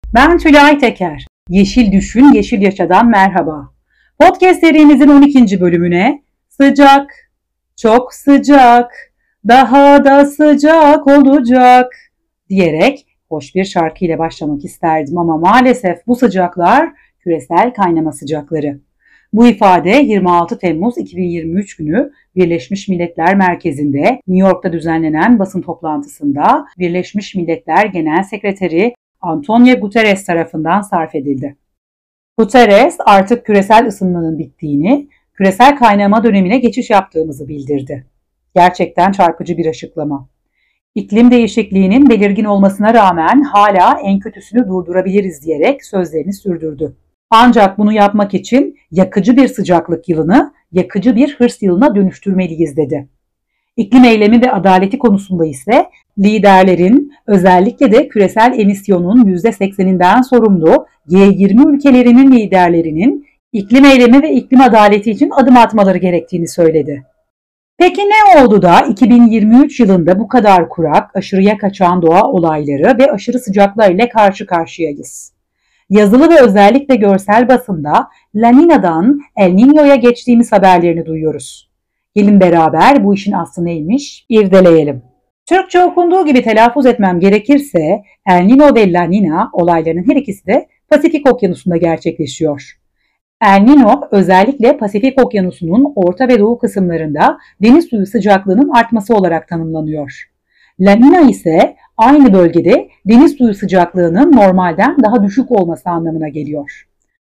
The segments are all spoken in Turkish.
Ben Tülay Teker. Yeşil Düşün, Yeşil Yaşadan merhaba. Podcast serimizin 12. bölümüne sıcak, çok sıcak, daha da sıcak olacak diyerek hoş bir şarkı ile başlamak isterdim ama maalesef bu sıcaklar küresel kaynama sıcakları. Bu ifade 26 Temmuz 2023 günü Birleşmiş Milletler Merkezi'nde New York'ta düzenlenen basın toplantısında Birleşmiş Milletler Genel Sekreteri Antonio Guterres tarafından sarf edildi. Guterres artık küresel ısınmanın bittiğini, küresel kaynama dönemine geçiş yaptığımızı bildirdi. Gerçekten çarpıcı bir açıklama. İklim değişikliğinin belirgin olmasına rağmen hala en kötüsünü durdurabiliriz diyerek sözlerini sürdürdü. Ancak bunu yapmak için yakıcı bir sıcaklık yılını yakıcı bir hırs yılına dönüştürmeliyiz dedi. İklim eylemi ve adaleti konusunda ise liderlerin özellikle de küresel emisyonun %80'inden sorumlu G20 ülkelerinin liderlerinin iklim eylemi ve iklim adaleti için adım atmaları gerektiğini söyledi. Peki ne oldu da 2023 yılında bu kadar kurak, aşırıya kaçan doğa olayları ve aşırı sıcaklar ile karşı karşıyayız? Yazılı ve özellikle görsel basında La Nina'dan El Niño'ya geçtiğimiz haberlerini duyuyoruz. Gelin beraber bu işin aslı neymiş irdeleyelim. Türkçe okunduğu gibi telaffuz etmem gerekirse El Niño ve La Nina olaylarının her ikisi de Pasifik Okyanusu'nda gerçekleşiyor. El Niño özellikle Pasifik Okyanusu'nun orta ve doğu kısımlarında deniz suyu sıcaklığının artması olarak tanımlanıyor. La Nina ise aynı bölgede deniz suyu sıcaklığının normalden daha düşük olması anlamına geliyor.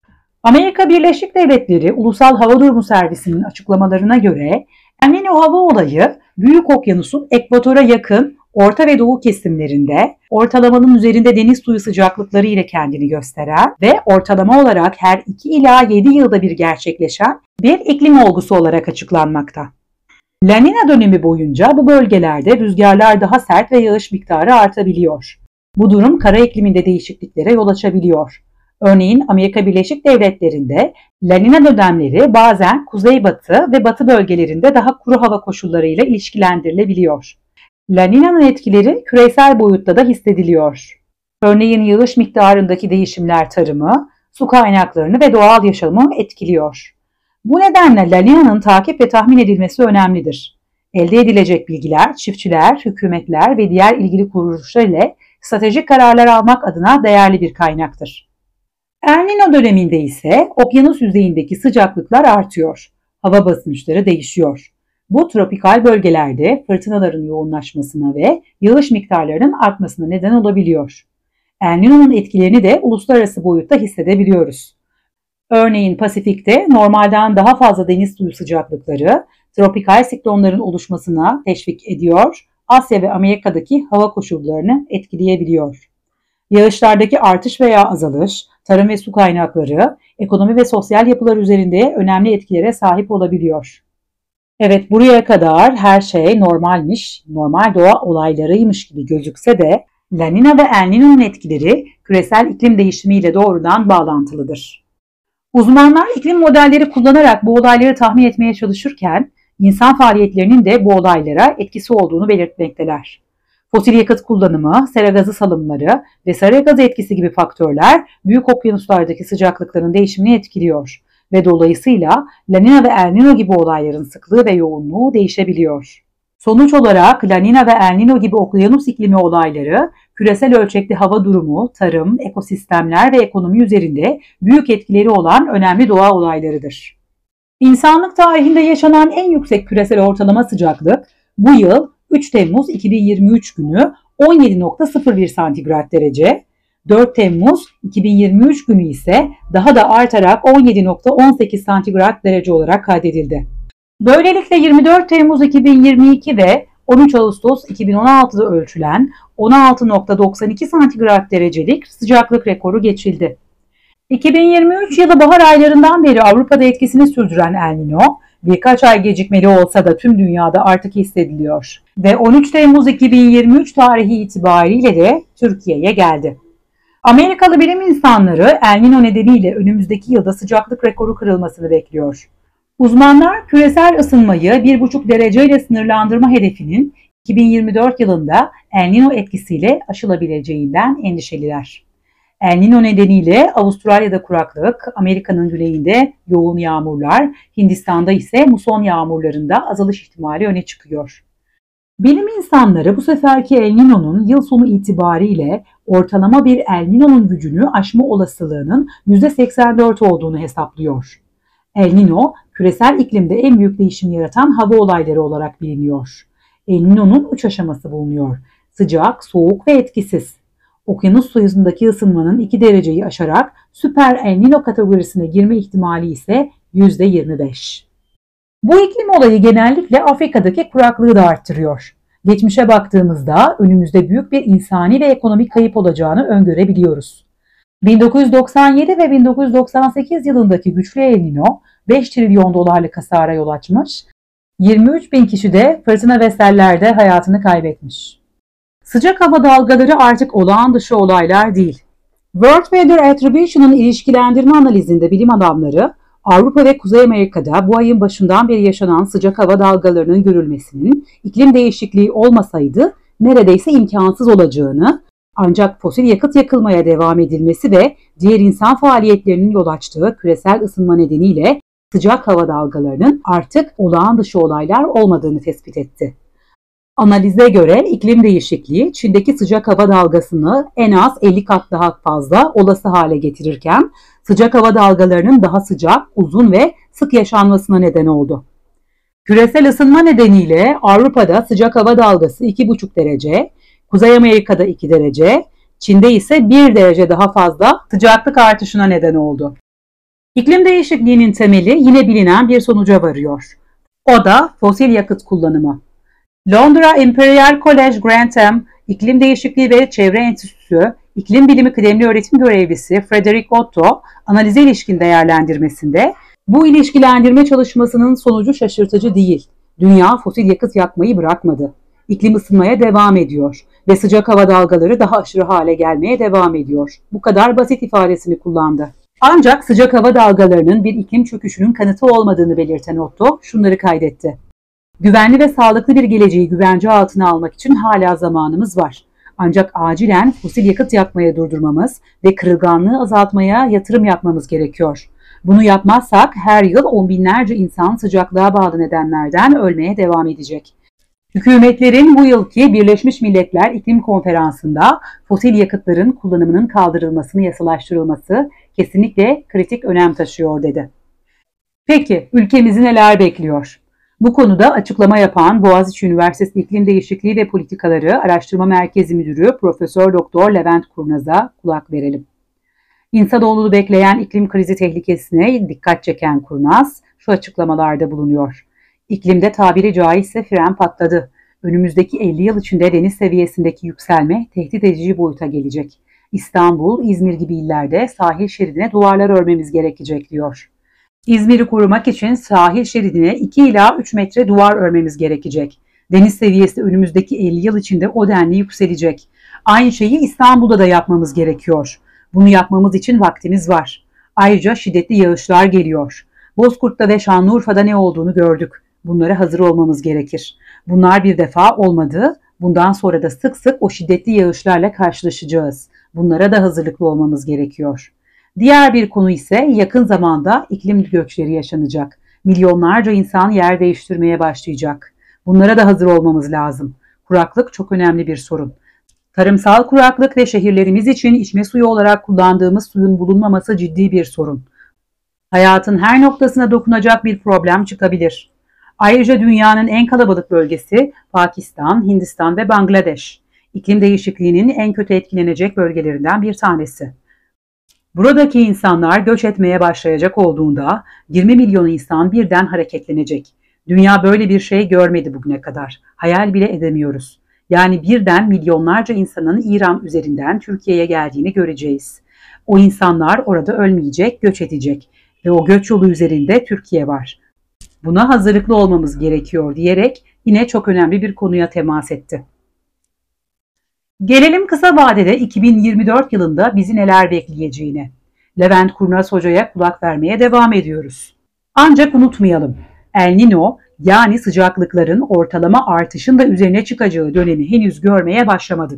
Amerika Birleşik Devletleri Ulusal Hava Durumu Servisi'nin açıklamalarına göre El Niño hava olayı Büyük Okyanus'un ekvatora yakın orta ve doğu kesimlerinde ortalamanın üzerinde deniz suyu sıcaklıkları ile kendini gösteren ve ortalama olarak her 2 ila 7 yılda bir gerçekleşen bir iklim olgusu olarak açıklanmakta. La Nina dönemi boyunca bu bölgelerde rüzgarlar daha sert ve yağış miktarı artabiliyor. Bu durum kara ikliminde değişikliklere yol açabiliyor. Örneğin Amerika Birleşik Devletleri'nde La Nina dönemleri bazen kuzeybatı ve batı bölgelerinde daha kuru hava koşullarıyla ilişkilendirilebiliyor. La Nina'nın etkileri küresel boyutta da hissediliyor. Örneğin yağış miktarındaki değişimler tarımı, su kaynaklarını ve doğal yaşamı etkiliyor. Bu nedenle La Nina'nın takip ve tahmin edilmesi önemlidir. Elde edilecek bilgiler, çiftçiler, hükümetler ve diğer ilgili kuruluşlar ile stratejik kararlar almak adına değerli bir kaynaktır. El Niño döneminde ise okyanus yüzeyindeki sıcaklıklar artıyor. Hava basınçları değişiyor. Bu tropikal bölgelerde fırtınaların yoğunlaşmasına ve yağış miktarlarının artmasına neden olabiliyor. El Niño'nun etkilerini de uluslararası boyutta hissedebiliyoruz. Örneğin Pasifik'te normalden daha fazla deniz suyu sıcaklıkları tropikal siklonların oluşmasına teşvik ediyor, Asya ve Amerika'daki hava koşullarını etkileyebiliyor. Yağışlardaki artış veya azalış, tarım ve su kaynakları, ekonomi ve sosyal yapılar üzerinde önemli etkilere sahip olabiliyor. Evet, buraya kadar her şey normalmiş, normal doğa olaylarıymış gibi gözükse de La Nina ve El Niño'nun etkileri küresel iklim değişimiyle doğrudan bağlantılıdır. Uzmanlar iklim modelleri kullanarak bu olayları tahmin etmeye çalışırken insan faaliyetlerinin de bu olaylara etkisi olduğunu belirtmekteler. Fosil yakıt kullanımı, sera gazı salımları ve sera gazı etkisi gibi faktörler büyük okyanuslardaki sıcaklıkların değişimini etkiliyor ve dolayısıyla La Nina ve El Niño gibi olayların sıklığı ve yoğunluğu değişebiliyor. Sonuç olarak La Nina ve El Niño gibi okyanus iklimi olayları küresel ölçekli hava durumu, tarım, ekosistemler ve ekonomi üzerinde büyük etkileri olan önemli doğa olaylarıdır. İnsanlık tarihinde yaşanan en yüksek küresel ortalama sıcaklık bu yıl 3 Temmuz 2023 günü 17,01 santigrat derece, 4 Temmuz 2023 günü ise daha da artarak 17,18 santigrat derece olarak kaydedildi. Böylelikle 24 Temmuz 2022 ve 13 Ağustos 2016'da ölçülen 16,92 santigrat derecelik sıcaklık rekoru geçildi. 2023 yılı bahar aylarından beri Avrupa'da etkisini sürdüren El Niño, birkaç ay gecikmeli olsa da tüm dünyada artık hissediliyor ve 13 Temmuz 2023 tarihi itibariyle de Türkiye'ye geldi. Amerikalı bilim insanları El Niño nedeniyle önümüzdeki yılda sıcaklık rekoru kırılmasını bekliyor. Uzmanlar küresel ısınmayı 1,5 dereceyle sınırlandırma hedefinin 2024 yılında El Niño etkisiyle aşılabileceğinden endişeliler. El Niño nedeniyle Avustralya'da kuraklık, Amerika'nın güneyinde yoğun yağmurlar, Hindistan'da ise muson yağmurlarında azalış ihtimali öne çıkıyor. Bilim insanları bu seferki El Niño'nun yıl sonu itibariyle ortalama bir El Niño'nun gücünü aşma olasılığının %84 olduğunu hesaplıyor. El Niño, küresel iklimde en büyük değişim yaratan hava olayları olarak biliniyor. El Niño'nun 3 aşaması bulunuyor. Sıcak, soğuk ve etkisiz. Okyanus suyundaki ısınmanın 2 dereceyi aşarak süper El Niño kategorisine girme ihtimali ise %25. Bu iklim olayı genellikle Afrika'daki kuraklığı da arttırıyor. Geçmişe baktığımızda önümüzde büyük bir insani ve ekonomik kayıp olacağını öngörebiliyoruz. 1997 ve 1998 yılındaki güçlü El Niño 5 trilyon dolarlık hasara yol açmış, 23 bin kişi de fırtına ve sellerde hayatını kaybetmiş. Sıcak hava dalgaları artık olağan dışı olaylar değil. World Weather Attribution'ın ilişkilendirme analizinde bilim adamları, Avrupa ve Kuzey Amerika'da bu ayın başından beri yaşanan sıcak hava dalgalarının görülmesinin iklim değişikliği olmasaydı neredeyse imkansız olacağını, ancak fosil yakıt yakılmaya devam edilmesi ve diğer insan faaliyetlerinin yol açtığı küresel ısınma nedeniyle sıcak hava dalgalarının artık olağan dışı olaylar olmadığını tespit etti. Analize göre iklim değişikliği Çin'deki sıcak hava dalgasını en az 50 kat daha fazla olası hale getirirken sıcak hava dalgalarının daha sıcak, uzun ve sık yaşanmasına neden oldu. Küresel ısınma nedeniyle Avrupa'da sıcak hava dalgası 2,5 derece, Kuzey Amerika'da 2 derece, Çin'de ise 1 derece daha fazla sıcaklık artışına neden oldu. İklim değişikliğinin temeli yine bilinen bir sonuca varıyor. O da fosil yakıt kullanımı. Londra Imperial College Grantham İklim Değişikliği ve Çevre Enstitüsü İklim Bilimi Kıdemli Öğretim Görevlisi Frederick Otto analize ilişkin değerlendirmesinde bu ilişkilendirme çalışmasının sonucu şaşırtıcı değil. Dünya fosil yakıt yakmayı bırakmadı. İklim ısınmaya devam ediyor ve sıcak hava dalgaları daha aşırı hale gelmeye devam ediyor. Bu kadar basit ifadesini kullandı. Ancak sıcak hava dalgalarının bir iklim çöküşünün kanıtı olmadığını belirten Otto şunları kaydetti. Güvenli ve sağlıklı bir geleceği güvence altına almak için hala zamanımız var. Ancak acilen fosil yakıt yakmaya durdurmamız ve kırılganlığı azaltmaya yatırım yapmamız gerekiyor. Bunu yapmazsak her yıl on binlerce insan sıcaklığa bağlı nedenlerden ölmeye devam edecek. Hükümetlerin bu yılki Birleşmiş Milletler İklim Konferansı'nda fosil yakıtların kullanımının kaldırılmasını yasalaştırılması kesinlikle kritik önem taşıyor dedi. Peki ülkemizi neler bekliyor? Bu konuda açıklama yapan Boğaziçi Üniversitesi İklim Değişikliği ve Politikaları Araştırma Merkezi Müdürü Profesör Doktor Levent Kurnaz'a kulak verelim. İnsanoğlunu bekleyen iklim krizi tehlikesine dikkat çeken Kurnaz şu açıklamalarda bulunuyor. İklimde tabiri caizse fren patladı. Önümüzdeki 50 yıl içinde deniz seviyesindeki yükselme tehdit edici boyuta gelecek. İstanbul, İzmir gibi illerde sahil şeridine duvarlar örmemiz gerekecek diyor. İzmir'i korumak için sahil şeridine 2 ila 3 metre duvar örmemiz gerekecek. Deniz seviyesi önümüzdeki 50 yıl içinde o denli yükselecek. Aynı şeyi İstanbul'da da yapmamız gerekiyor. Bunu yapmamız için vaktimiz var. Ayrıca şiddetli yağışlar geliyor. Bozkurt'ta ve Şanlıurfa'da ne olduğunu gördük. Bunlara hazır olmamız gerekir. Bunlar bir defa olmadı. Bundan sonra da sık sık o şiddetli yağışlarla karşılaşacağız. Bunlara da hazırlıklı olmamız gerekiyor. Diğer bir konu ise yakın zamanda iklim göçleri yaşanacak. Milyonlarca insan yer değiştirmeye başlayacak. Bunlara da hazır olmamız lazım. Kuraklık çok önemli bir sorun. Tarımsal kuraklık ve şehirlerimiz için içme suyu olarak kullandığımız suyun bulunmaması ciddi bir sorun. Hayatın her noktasına dokunacak bir problem çıkabilir. Ayrıca dünyanın en kalabalık bölgesi Pakistan, Hindistan ve Bangladeş. İklim değişikliğinin en kötü etkilenecek bölgelerinden bir tanesi. Buradaki insanlar göç etmeye başlayacak olduğunda 20 milyon insan birden hareketlenecek. Dünya böyle bir şey görmedi bugüne kadar. Hayal bile edemiyoruz. Yani birden milyonlarca insanın İran üzerinden Türkiye'ye geldiğini göreceğiz. O insanlar orada ölmeyecek, göç edecek. Ve o göç yolu üzerinde Türkiye var. Buna hazırlıklı olmamız gerekiyor diyerek yine çok önemli bir konuya temas etti. Gelelim kısa vadede 2024 yılında bizi neler bekleyeceğine. Levent Kurnaz Hoca'ya kulak vermeye devam ediyoruz. Ancak unutmayalım, El Niño yani sıcaklıkların ortalama artışın da üzerine çıkacağı dönemi henüz görmeye başlamadık.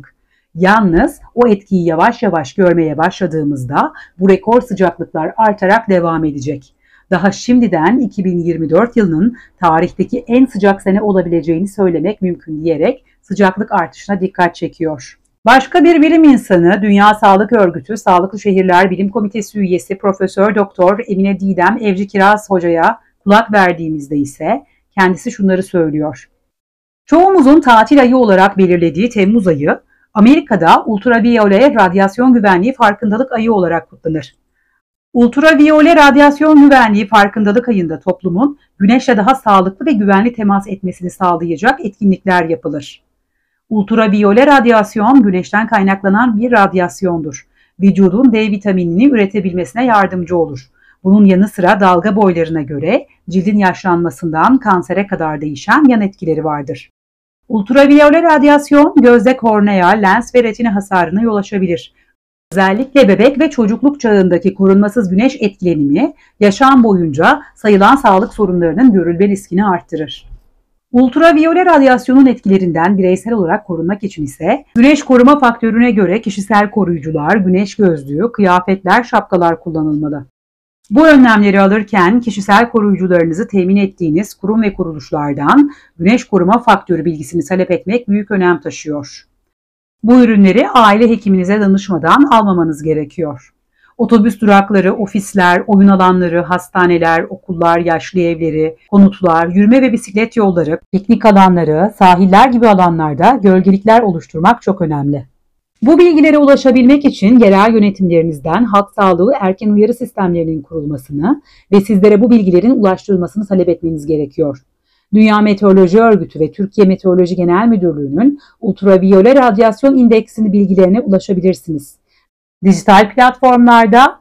Yalnız o etkiyi yavaş yavaş görmeye başladığımızda bu rekor sıcaklıklar artarak devam edecek. Daha şimdiden 2024 yılının tarihteki en sıcak sene olabileceğini söylemek mümkün diyerek sıcaklık artışına dikkat çekiyor. Başka bir bilim insanı, Dünya Sağlık Örgütü Sağlıklı Şehirler Bilim Komitesi üyesi Profesör Doktor Emine Didem Evcikiraz Hoca'ya kulak verdiğimizde ise kendisi şunları söylüyor. Çoğumuzun tatil ayı olarak belirlediği Temmuz ayı, Amerika'da ultraviyole radyasyon güvenliği farkındalık ayı olarak kutlanır. Ultraviyole radyasyon güvenliği farkındalık ayında toplumun güneşle daha sağlıklı ve güvenli temas etmesini sağlayacak etkinlikler yapılır. Ultraviyole radyasyon güneşten kaynaklanan bir radyasyondur. Vücudun D vitaminini üretebilmesine yardımcı olur. Bunun yanı sıra dalga boylarına göre cildin yaşlanmasından kansere kadar değişen yan etkileri vardır. Ultraviyole radyasyon gözde kornea, lens ve retina hasarına yol açabilir. Özellikle bebek ve çocukluk çağındaki korunmasız güneş etkilenimi yaşam boyunca sayılan sağlık sorunlarının görülme riskini arttırır. Ultraviyole radyasyonun etkilerinden bireysel olarak korunmak için ise güneş koruma faktörüne göre kişisel koruyucular, güneş gözlüğü, kıyafetler, şapkalar kullanılmalı. Bu önlemleri alırken kişisel koruyucularınızı temin ettiğiniz kurum ve kuruluşlardan güneş koruma faktörü bilgisini talep etmek büyük önem taşıyor. Bu ürünleri aile hekiminize danışmadan almamanız gerekiyor. Otobüs durakları, ofisler, oyun alanları, hastaneler, okullar, yaşlı evleri, konutlar, yürüme ve bisiklet yolları, piknik alanları, sahiller gibi alanlarda gölgelikler oluşturmak çok önemli. Bu bilgilere ulaşabilmek için yerel yönetimlerinizden halk sağlığı erken uyarı sistemlerinin kurulmasını ve sizlere bu bilgilerin ulaştırılmasını talep etmeniz gerekiyor. Dünya Meteoroloji Örgütü ve Türkiye Meteoroloji Genel Müdürlüğü'nün ultraviyole radyasyon indeksini bilgilerine ulaşabilirsiniz. Dijital platformlarda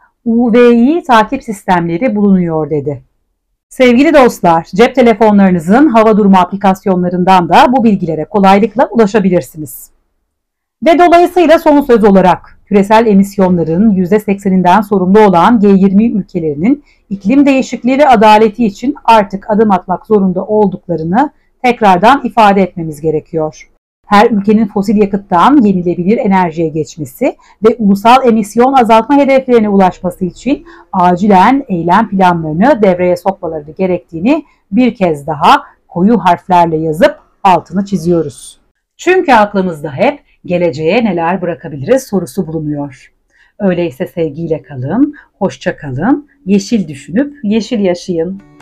UVI takip sistemleri bulunuyor dedi. Sevgili dostlar, cep telefonlarınızın hava durumu aplikasyonlarından da bu bilgilere kolaylıkla ulaşabilirsiniz. Ve dolayısıyla son söz olarak küresel emisyonların %80'inden sorumlu olan G20 ülkelerinin iklim değişikliği ve adaleti için artık adım atmak zorunda olduklarını tekrardan ifade etmemiz gerekiyor. Her ülkenin fosil yakıttan yenilebilir enerjiye geçmesi ve ulusal emisyon azaltma hedeflerine ulaşması için acilen eylem planlarını devreye sokmaları gerektiğini bir kez daha koyu harflerle yazıp altını çiziyoruz. Çünkü aklımızda hep geleceğe neler bırakabiliriz sorusu bulunuyor. Öyleyse sevgiyle kalın, hoşça kalın, yeşil düşünüp yeşil yaşayın.